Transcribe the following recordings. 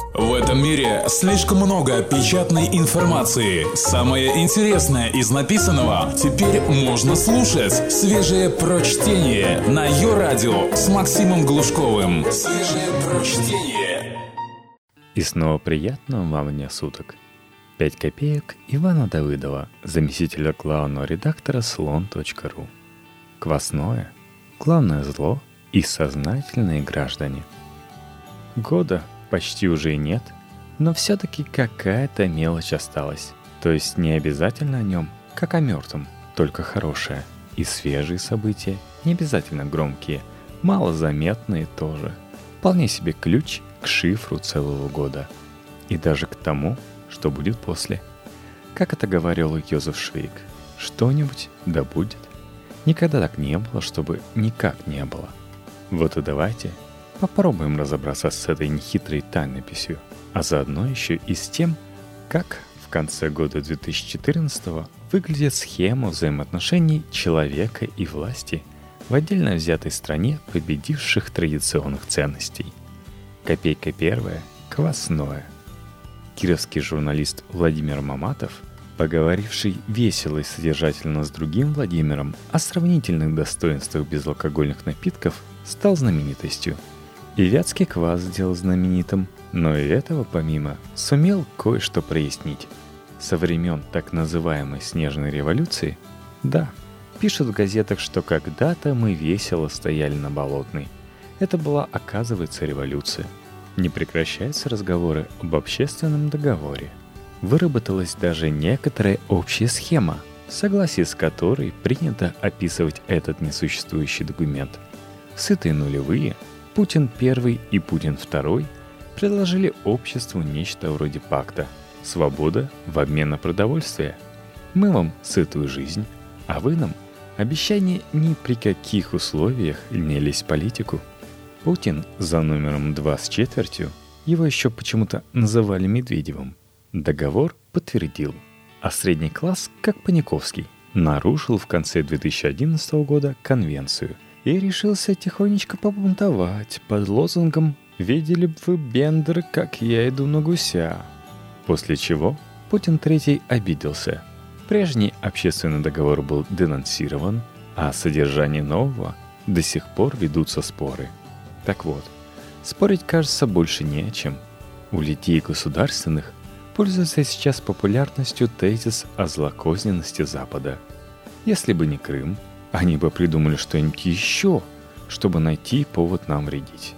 В этом мире слишком много печатной информации. Самое интересное из написанного теперь можно слушать. Свежее прочтение на Йо-Радио с Максимом Глушковым. Свежее прочтение. И снова приятного вам дня суток. 5 копеек Ивана Давыдова, заместителя главного редактора Слон.ру. Квасное – главное зло и сознательные граждане. Года почти уже и нет, но все-таки какая-то мелочь осталась. То есть не обязательно о нем, как о мертвом, только хорошее. И свежие события, не обязательно громкие, малозаметные тоже. Вполне себе ключ к шифру целого года. И даже к тому, что будет после. Как это говорил Йозеф Швейк, что-нибудь да будет. Никогда так не было, чтобы никак не было. Вот и давайте попробуем разобраться с этой нехитрой тайнописью, а заодно еще и с тем, как в конце года 2014 выглядит схема взаимоотношений человека и власти в отдельно взятой стране победивших традиционных ценностей. Копейка первая – квасное. Кировский журналист Владимир Маматов, поговоривший весело и содержательно с другим Владимиром о сравнительных достоинствах безалкогольных напитков, стал знаменитостью. И вятский квас сделал знаменитым, но и этого помимо сумел кое-что прояснить. Со времен так называемой «Снежной революции», да, пишут в газетах, что когда-то мы весело стояли на Болотной. Это была, оказывается, революция. Не прекращаются разговоры об общественном договоре. Выработалась даже некоторая общая схема, в согласии с которой принято описывать этот несуществующий документ. В сытые нулевые Путин I и Путин II предложили обществу нечто вроде пакта «Свобода в обмен на продовольствие». Мы вам сытую жизнь, а вы нам обещание ни при каких условиях не лезть в политику. Путин за номером 2 с четвертью, его еще почему-то называли Медведевым, договор подтвердил, а средний класс, как Паниковский, нарушил в конце 2011 года конвенцию и решился тихонечко побунтовать под лозунгом «Видели бы вы, бендеры, как я иду на гуся». После чего Путин III обиделся. Прежний общественный договор был денонсирован, а о содержании нового до сих пор ведутся споры. Так вот, спорить, кажется, больше не о чем. У людей государственных пользуется сейчас популярностью тезис о злокозненности Запада. Если бы не Крым, они бы придумали что-нибудь еще, чтобы найти повод нам вредить.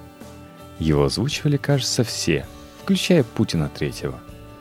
Его озвучивали, кажется, все, включая Путина III.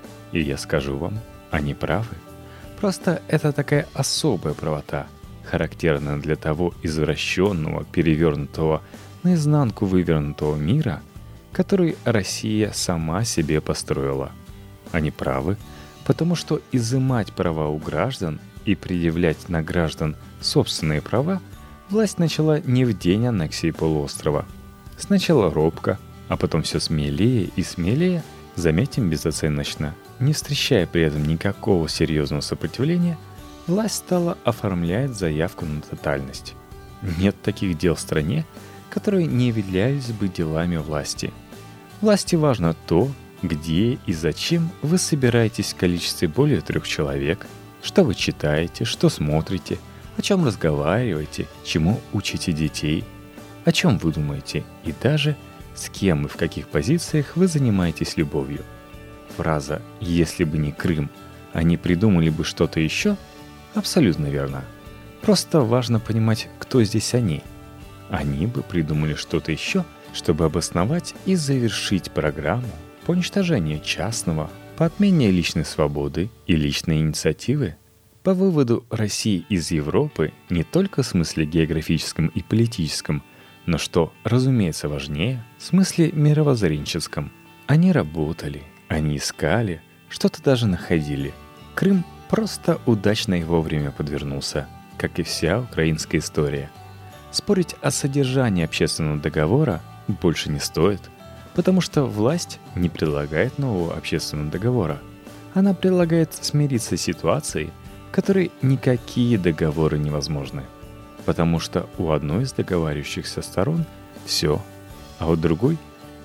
И я скажу вам, они правы. Просто это такая особая правота, характерная для того извращенного, перевернутого, наизнанку вывернутого мира, который Россия сама себе построила. Они правы, потому что изымать права у граждан и предъявлять на граждан собственные права власть начала не в день аннексии полуострова. Сначала робко, а потом все смелее и смелее, заметим безоценочно, не встречая при этом никакого серьезного сопротивления, власть стала оформлять заявку на тотальность. Нет таких дел в стране, которые не являлись бы делами власти. Власти важно то, где и зачем вы собираетесь в количестве более 3 человек, что вы читаете, что смотрите, о чем разговариваете, чему учите детей, о чем вы думаете и даже с кем и в каких позициях вы занимаетесь любовью. Фраза «если бы не Крым, они придумали бы что-то еще» абсолютно верна. Просто важно понимать, кто здесь они. Они бы придумали что-то еще, чтобы обосновать и завершить программу по уничтожению частного, по отмене личной свободы и личной инициативы, по выводу России из Европы не только в смысле географическом и политическом, но что, разумеется, важнее, в смысле мировоззренческом. Они работали, они искали, что-то даже находили. Крым просто удачно и вовремя подвернулся, как и вся украинская история. Спорить о содержании общественного договора больше не стоит, потому что власть не предлагает нового общественного договора. Она предлагает смириться с ситуацией, в которой никакие договоры невозможны. Потому что у одной из договаривающихся сторон все, а у другой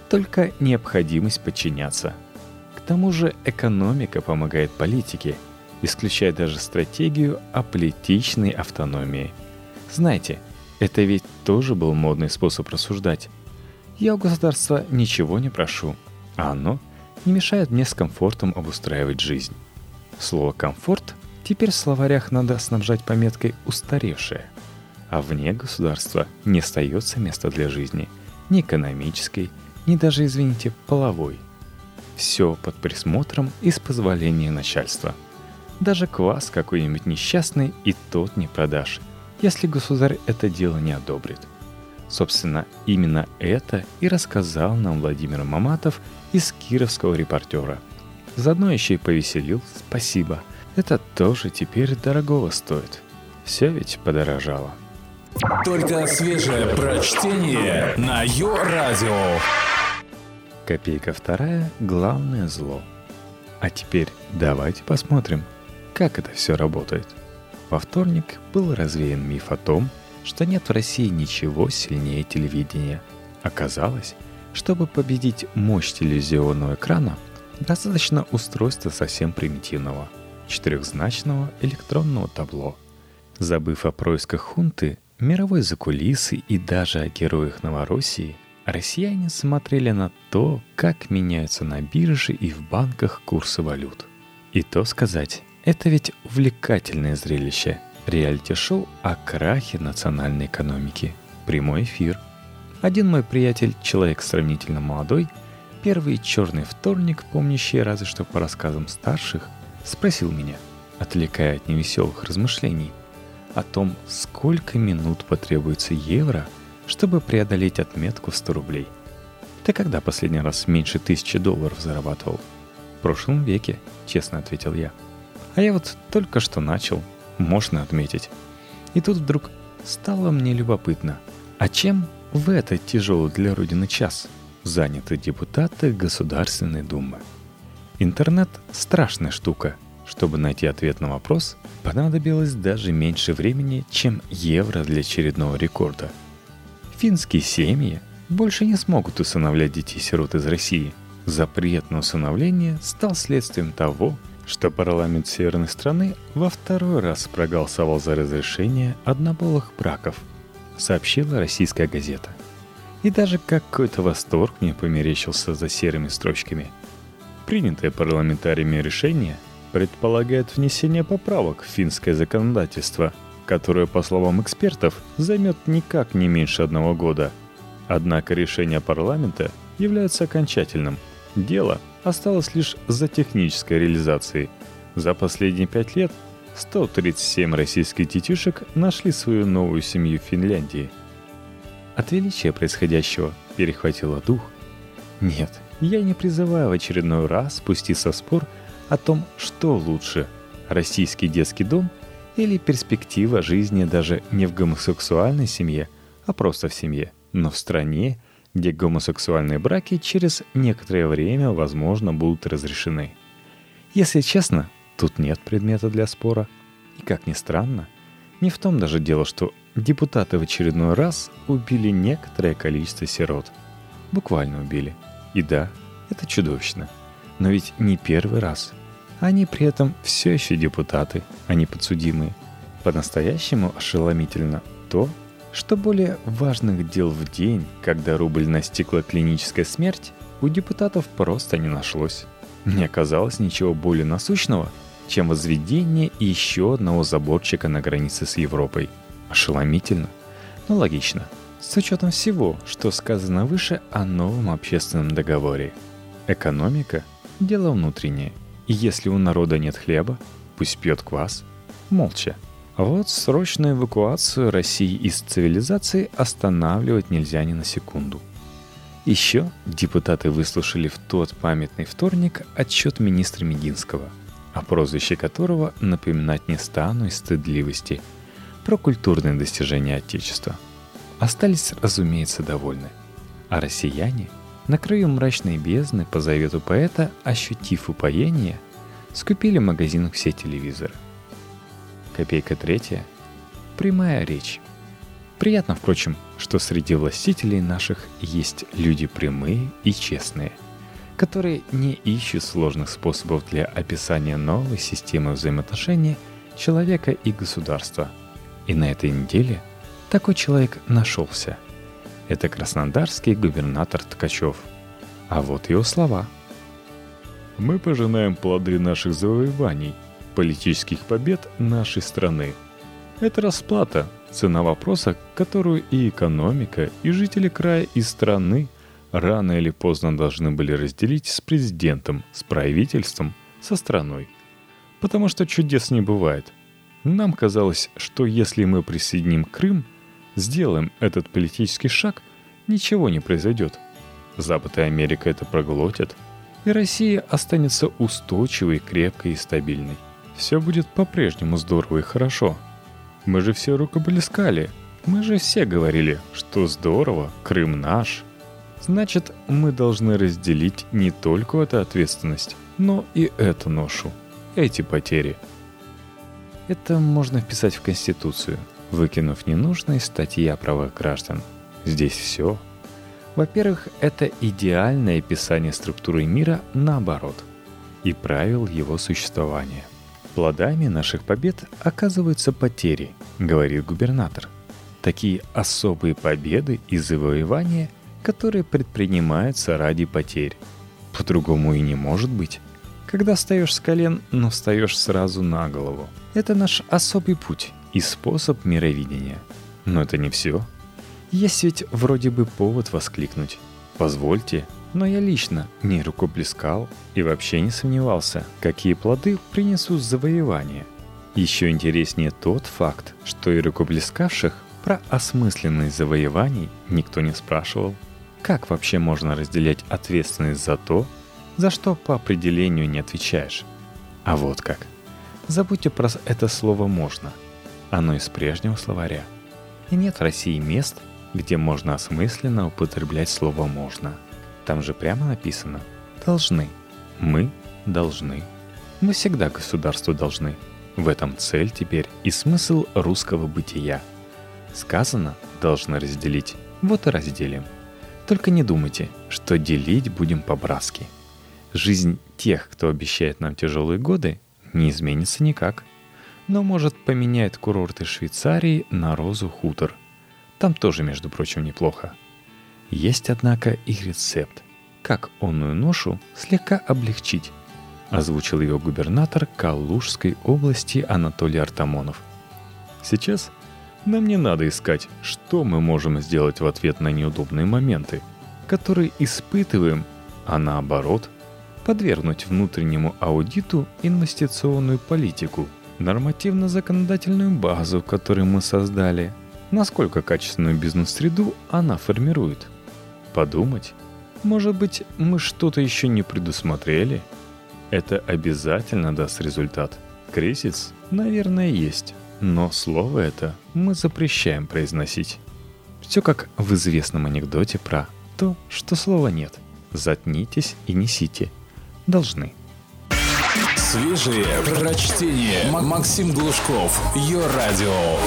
только необходимость подчиняться. К тому же экономика помогает политике, исключая даже стратегию аполитичной автономии. Знаете, это ведь тоже был модный способ рассуждать. Я у государства ничего не прошу, а оно не мешает мне с комфортом обустраивать жизнь. Слово «комфорт» теперь в словарях надо снабжать пометкой «устаревшее». А вне государства не остается места для жизни, ни экономической, ни даже, извините, половой. Все под присмотром и с позволения начальства. Даже квас какой-нибудь несчастный и тот не продашь, если государь это дело не одобрит. Собственно, именно это и рассказал нам Владимир Маматов из Кировского «Репортера». Заодно еще и повеселил, спасибо. Это тоже теперь дорогого стоит. Все ведь подорожало. Только свежее прочтение на Йо-Радио. Копейка вторая – главное зло. А теперь давайте посмотрим, как это все работает. Во вторник был развеян миф о том, что нет в России ничего сильнее телевидения. Оказалось, чтобы победить мощь телевизионного экрана, достаточно устройства совсем примитивного – 4-значного электронного табло. Забыв о происках хунты, мировой закулисы и даже о героях Новороссии, россияне смотрели на то, как меняются на бирже и в банках курсы валют. И то сказать, это ведь увлекательное зрелище. Реалити-шоу о крахе национальной экономики. Прямой эфир. Один мой приятель, человек сравнительно молодой, первый черный вторник, помнящий разве что по рассказам старших, спросил меня, отвлекая от невеселых размышлений, о том, сколько минут потребуется евро, чтобы преодолеть отметку в 100 рублей. Ты когда последний раз меньше $1000 зарабатывал? В прошлом веке, честно ответил я. А я вот только что начал, можно отметить. И тут вдруг стало мне любопытно, а чем в этот тяжелый для Родины час заняты депутаты Государственной Думы? Интернет – страшная штука. Чтобы найти ответ на вопрос, понадобилось даже меньше времени, чем евро для очередного рекорда. Финские семьи больше не смогут усыновлять детей-сирот из России. Запрет на усыновление стал следствием того, что парламент северной страны во второй раз проголосовал за разрешение однополых браков, сообщила российская газета. И даже какой-то восторг мне померещился за серыми строчками. Принятое парламентариями решение предполагает внесение поправок в финское законодательство, которое, по словам экспертов, займет никак не меньше 1 года. Однако решение парламента является окончательным. Дело осталось лишь за технической реализацией. За последние 5 лет 137 российских детишек нашли свою новую семью в Финляндии. От величия происходящего перехватило дух. Нет, я не призываю в очередной раз спуститься в спор о том, что лучше – российский детский дом или перспектива жизни даже не в гомосексуальной семье, а просто в семье, но в стране, где гомосексуальные браки через некоторое время, возможно, будут разрешены. Если честно, тут нет предмета для спора. И, как ни странно, не в том даже дело, что депутаты в очередной раз убили некоторое количество сирот. Буквально убили. И да, это чудовищно. Но ведь не первый раз. Они при этом все еще депутаты, а не подсудимые. По-настоящему ошеломительно то, что более важных дел в день, когда рубль настигла клиническая смерть, у депутатов просто не нашлось. Не оказалось ничего более насущного, чем возведение еще одного заборчика на границе с Европой. Ошеломительно, но логично, с учетом всего, что сказано выше о новом общественном договоре. Экономика – дело внутреннее, и если у народа нет хлеба, пусть пьет квас, молча. А вот срочную эвакуацию России из цивилизации останавливать нельзя ни на секунду. Еще депутаты выслушали в тот памятный вторник отчет министра Мединского, о прозвище которого напоминать не стану из стыдливости, про культурные достижения Отечества. Остались, разумеется, довольны. А россияне, на краю мрачной бездны, по завету поэта, ощутив упоение, скупили в магазинах все телевизоры. Копейка третья. Прямая речь. Приятно, впрочем, что среди властителей наших есть люди прямые и честные, которые не ищут сложных способов для описания новой системы взаимоотношений человека и государства. И на этой неделе такой человек нашелся. Это краснодарский губернатор Ткачев. А вот его слова. «Мы пожинаем плоды наших завоеваний, политических побед нашей страны. Это расплата, цена вопроса, которую и экономика, и жители края, и страны рано или поздно должны были разделить с президентом, с правительством, со страной. Потому что чудес не бывает. Нам казалось, что если мы присоединим Крым, сделаем этот политический шаг, ничего не произойдет. Запад и Америка это проглотят, и Россия останется устойчивой, крепкой и стабильной. Все будет по-прежнему здорово и хорошо. Мы же все рукоплескали. Мы же все говорили, что здорово, Крым наш. Значит, мы должны разделить не только эту ответственность, но и эту ношу, эти потери. Это можно вписать в Конституцию, выкинув ненужные статьи о правах граждан. Здесь все. Во-первых, это идеальное описание структуры мира наоборот и правил его существования. Плодами наших побед оказываются потери, говорит губернатор. Такие особые победы и завоевания, которые предпринимаются ради потерь. По-другому и не может быть. Когда встаешь с колен, но встаешь сразу на голову. Это наш особый путь и способ мировидения. Но это не все. Есть ведь вроде бы повод воскликнуть. Позвольте, но я лично не рукоплескал и вообще не сомневался, какие плоды принесут завоевания. Еще интереснее тот факт, что и рукоплескавших про осмысленность завоеваний никто не спрашивал. Как вообще можно разделять ответственность за то, за что по определению не отвечаешь? А вот как. Забудьте про это слово «можно». Оно из прежнего словаря. И нет в России мест, где можно осмысленно употреблять слово «можно». Там же прямо написано «должны». Мы должны. Мы всегда государству должны. В этом цель теперь и смысл русского бытия. Сказано «должны разделить». Вот и разделим. Только не думайте, что делить будем по-братски. Жизнь тех, кто обещает нам тяжелые годы, не изменится никак. Но, может, поменяет курорты Швейцарии на розу хутор. Там тоже, между прочим, неплохо. Есть, однако, и рецепт, как онную ношу слегка облегчить, озвучил его губернатор Калужской области Анатолий Артамонов. Сейчас нам не надо искать, что мы можем сделать в ответ на неудобные моменты, которые испытываем, а наоборот, подвергнуть внутреннему аудиту инвестиционную политику, нормативно-законодательную базу, которую мы создали, насколько качественную бизнес-среду она формирует. Подумать, может быть, мы что-то еще не предусмотрели? Это обязательно даст результат. Кризис, наверное, есть, но слово это мы запрещаем произносить. Все как в известном анекдоте про то, что слова нет. Заткнитесь и несите. Должны. Свежие прочтение. Максим Глушков. Йо-радио.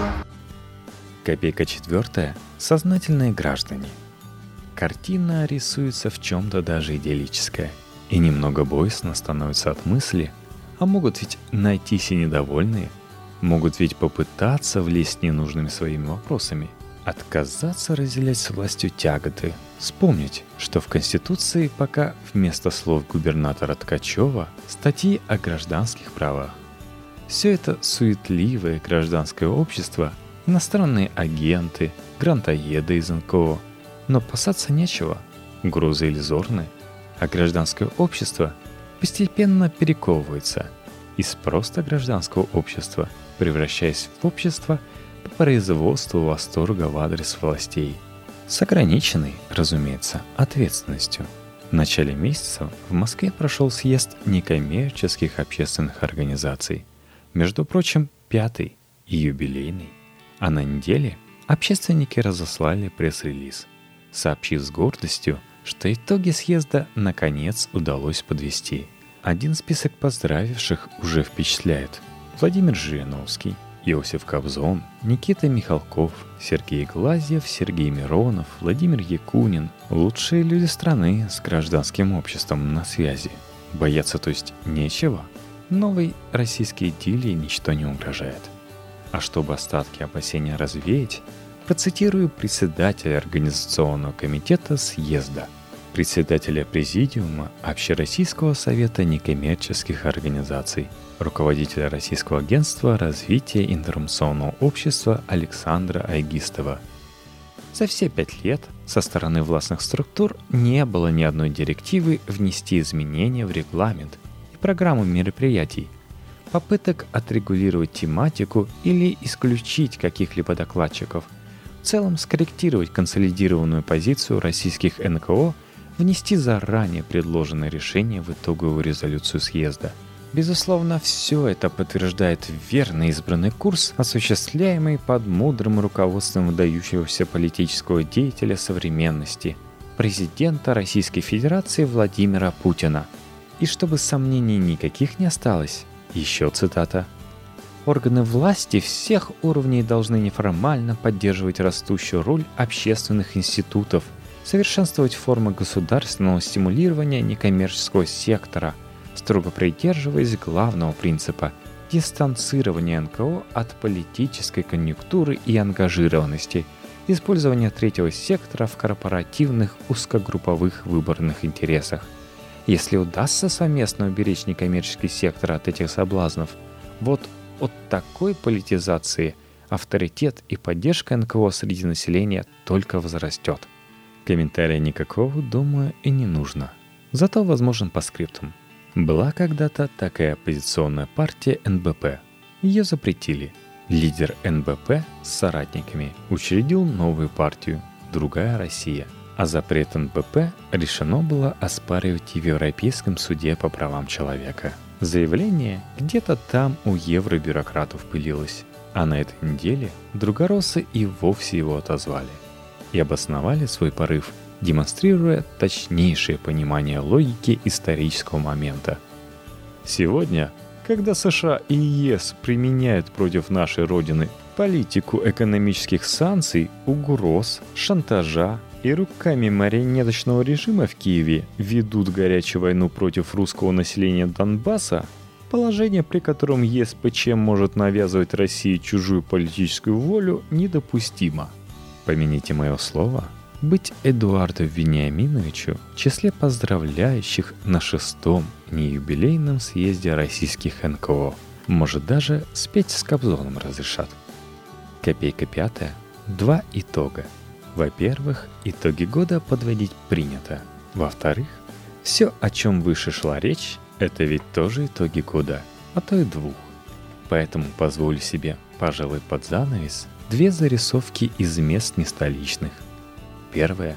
Копейка 4. Сознательные граждане. Картина рисуется в чем-то даже идиллическая. И немного боязно становится от мысли, а могут ведь найтись и недовольные, могут ведь попытаться влезть ненужными своими вопросами, отказаться разделять с властью тяготы, вспомнить, что в Конституции пока вместо слов губернатора Ткачева статьи о гражданских правах. Все это суетливое гражданское общество, иностранные агенты, грантоеды из НКО, но опасаться нечего, угрозы иллюзорны, а гражданское общество постепенно перековывается из просто гражданского общества, превращаясь в общество по производству восторга в адрес властей, с ограниченной, разумеется, ответственностью. В начале месяца в Москве прошел съезд некоммерческих общественных организаций, между прочим, 5-й и юбилейный. А на неделе общественники разослали пресс-релиз, сообщив с гордостью, что итоги съезда наконец удалось подвести. Один список поздравивших уже впечатляет. Владимир Жириновский, Иосиф Кобзон, Никита Михалков, Сергей Глазьев, Сергей Миронов, Владимир Якунин – лучшие люди страны с гражданским обществом на связи. Бояться, то есть, нечего. Новой российской идиллии ничто не угрожает. А чтобы остатки опасения развеять, процитирую председателя Организационного комитета съезда, председателя Президиума Общероссийского совета некоммерческих организаций, руководителя Российского агентства развития информационного общества Александра Айгистова. За все 5 лет со стороны властных структур не было ни одной директивы внести изменения в регламент и программу мероприятий, попыток отрегулировать тематику или исключить каких-либо докладчиков, в целом скорректировать консолидированную позицию российских НКО, внести заранее предложенное решение в итоговую резолюцию съезда. Безусловно, все это подтверждает верно избранный курс, осуществляемый под мудрым руководством выдающегося политического деятеля современности, президента Российской Федерации Владимира Путина. И чтобы сомнений никаких не осталось, еще цитата. «Органы власти всех уровней должны неформально поддерживать растущую роль общественных институтов, совершенствовать формы государственного стимулирования некоммерческого сектора, строго придерживаясь главного принципа – дистанцирования НКО от политической конъюнктуры и ангажированности, использования третьего сектора в корпоративных узкогрупповых выборных интересах. Если удастся совместно уберечь некоммерческий сектор от этих соблазнов, вот от такой политизации авторитет и поддержка НКО среди населения только возрастет». Комментария никакого, думаю, и не нужно. Зато возможен постскриптум. Была когда-то такая оппозиционная партия НБП. Ее запретили. Лидер НБП с соратниками учредил новую партию «Другая Россия». А запрет НБП решено было оспаривать и в Европейском суде по правам человека. Заявление где-то там у евробюрократов пылилось. А на этой неделе другороссы и вовсе его отозвали. И обосновали свой порыв, демонстрируя точнейшее понимание логики исторического момента. Сегодня, когда США и ЕС применяют против нашей Родины политику экономических санкций, угроз, шантажа и руками марионеточного режима в Киеве ведут горячую войну против русского населения Донбасса, положение, при котором ЕСПЧ может навязывать России чужую политическую волю, недопустимо. Помяните мое слово, быть Эдуарду Вениаминовичу в числе поздравляющих на 6-м неюбилейном съезде российских НКО. Может, даже спеть с Кобзоном разрешат. Копейка 5. 2 итога. Во-первых, итоги года подводить принято. Во-вторых, все, о чем выше шла речь, это ведь тоже итоги года, а то и 2. Поэтому позволю себе, пожалуй, под занавес 2 зарисовки из мест нестоличных. Первое.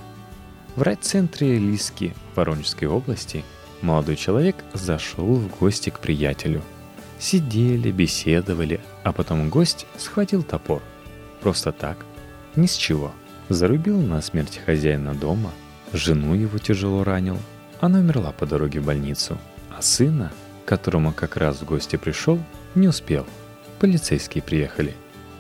В райцентре Лиски Воронежской области молодой человек зашел в гости к приятелю. Сидели, беседовали, а потом гость схватил топор. Просто так, ни с чего. Зарубил насмерть хозяина дома, жену его тяжело ранил. Она умерла по дороге в больницу. А сына, к которому как раз в гости пришел, не успел. Полицейские приехали.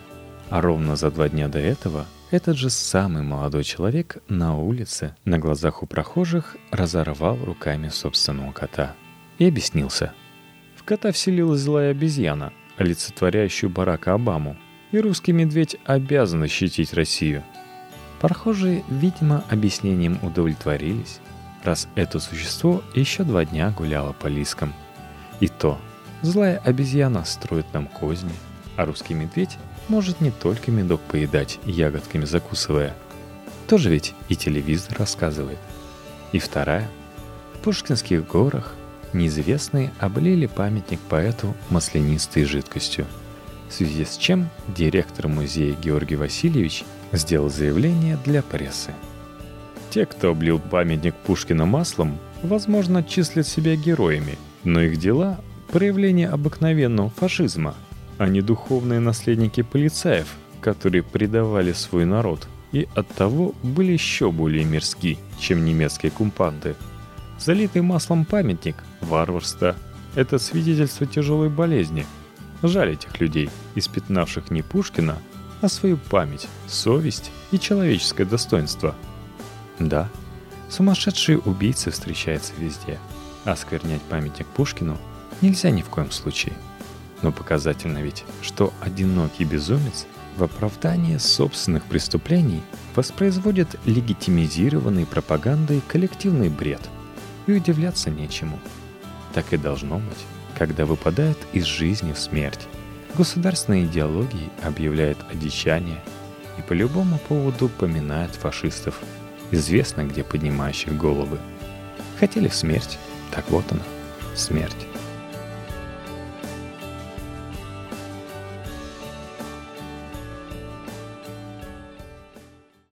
А ровно за 2 дня до этого этот же самый молодой человек на улице, на глазах у прохожих, разорвал руками собственного кота. И объяснился. В кота вселилась злая обезьяна, олицетворяющая Барака Обаму, и русский медведь обязан защитить Россию. Прохожие, видимо, объяснением удовлетворились, раз это существо еще 2 дня гуляло по Лискам. И то, злая обезьяна строит нам козни, а русский медведь может не только медок поедать, ягодками закусывая. Тоже ведь и телевизор рассказывает. И вторая. В Пушкинских горах неизвестные облили памятник поэту маслянистой жидкостью, в связи с чем директор музея Георгий Васильевич сделал заявление для прессы. Те, кто облил памятник Пушкина маслом, возможно, числят себя героями, но их дела – проявление обыкновенного фашизма, а не духовные наследники полицаев, которые предавали свой народ и оттого были еще более мерзки, чем немецкие оккупанты. Залитый маслом памятник – варварство, это свидетельство тяжелой болезни. Жаль этих людей, испятнавших не Пушкина, а свою память, совесть и человеческое достоинство. Да, сумасшедшие убийцы встречаются везде, а осквернять памятник Пушкину нельзя ни в коем случае. Но показательно ведь, что одинокий безумец в оправдании собственных преступлений воспроизводит легитимизированный пропагандой коллективный бред. И удивляться нечему. Так и должно быть, когда выпадает из жизни в смерть. Государственные идеологии объявляют одичание и по любому поводу поминают фашистов, известно где поднимающих головы. Хотели в смерть, так вот она, смерть.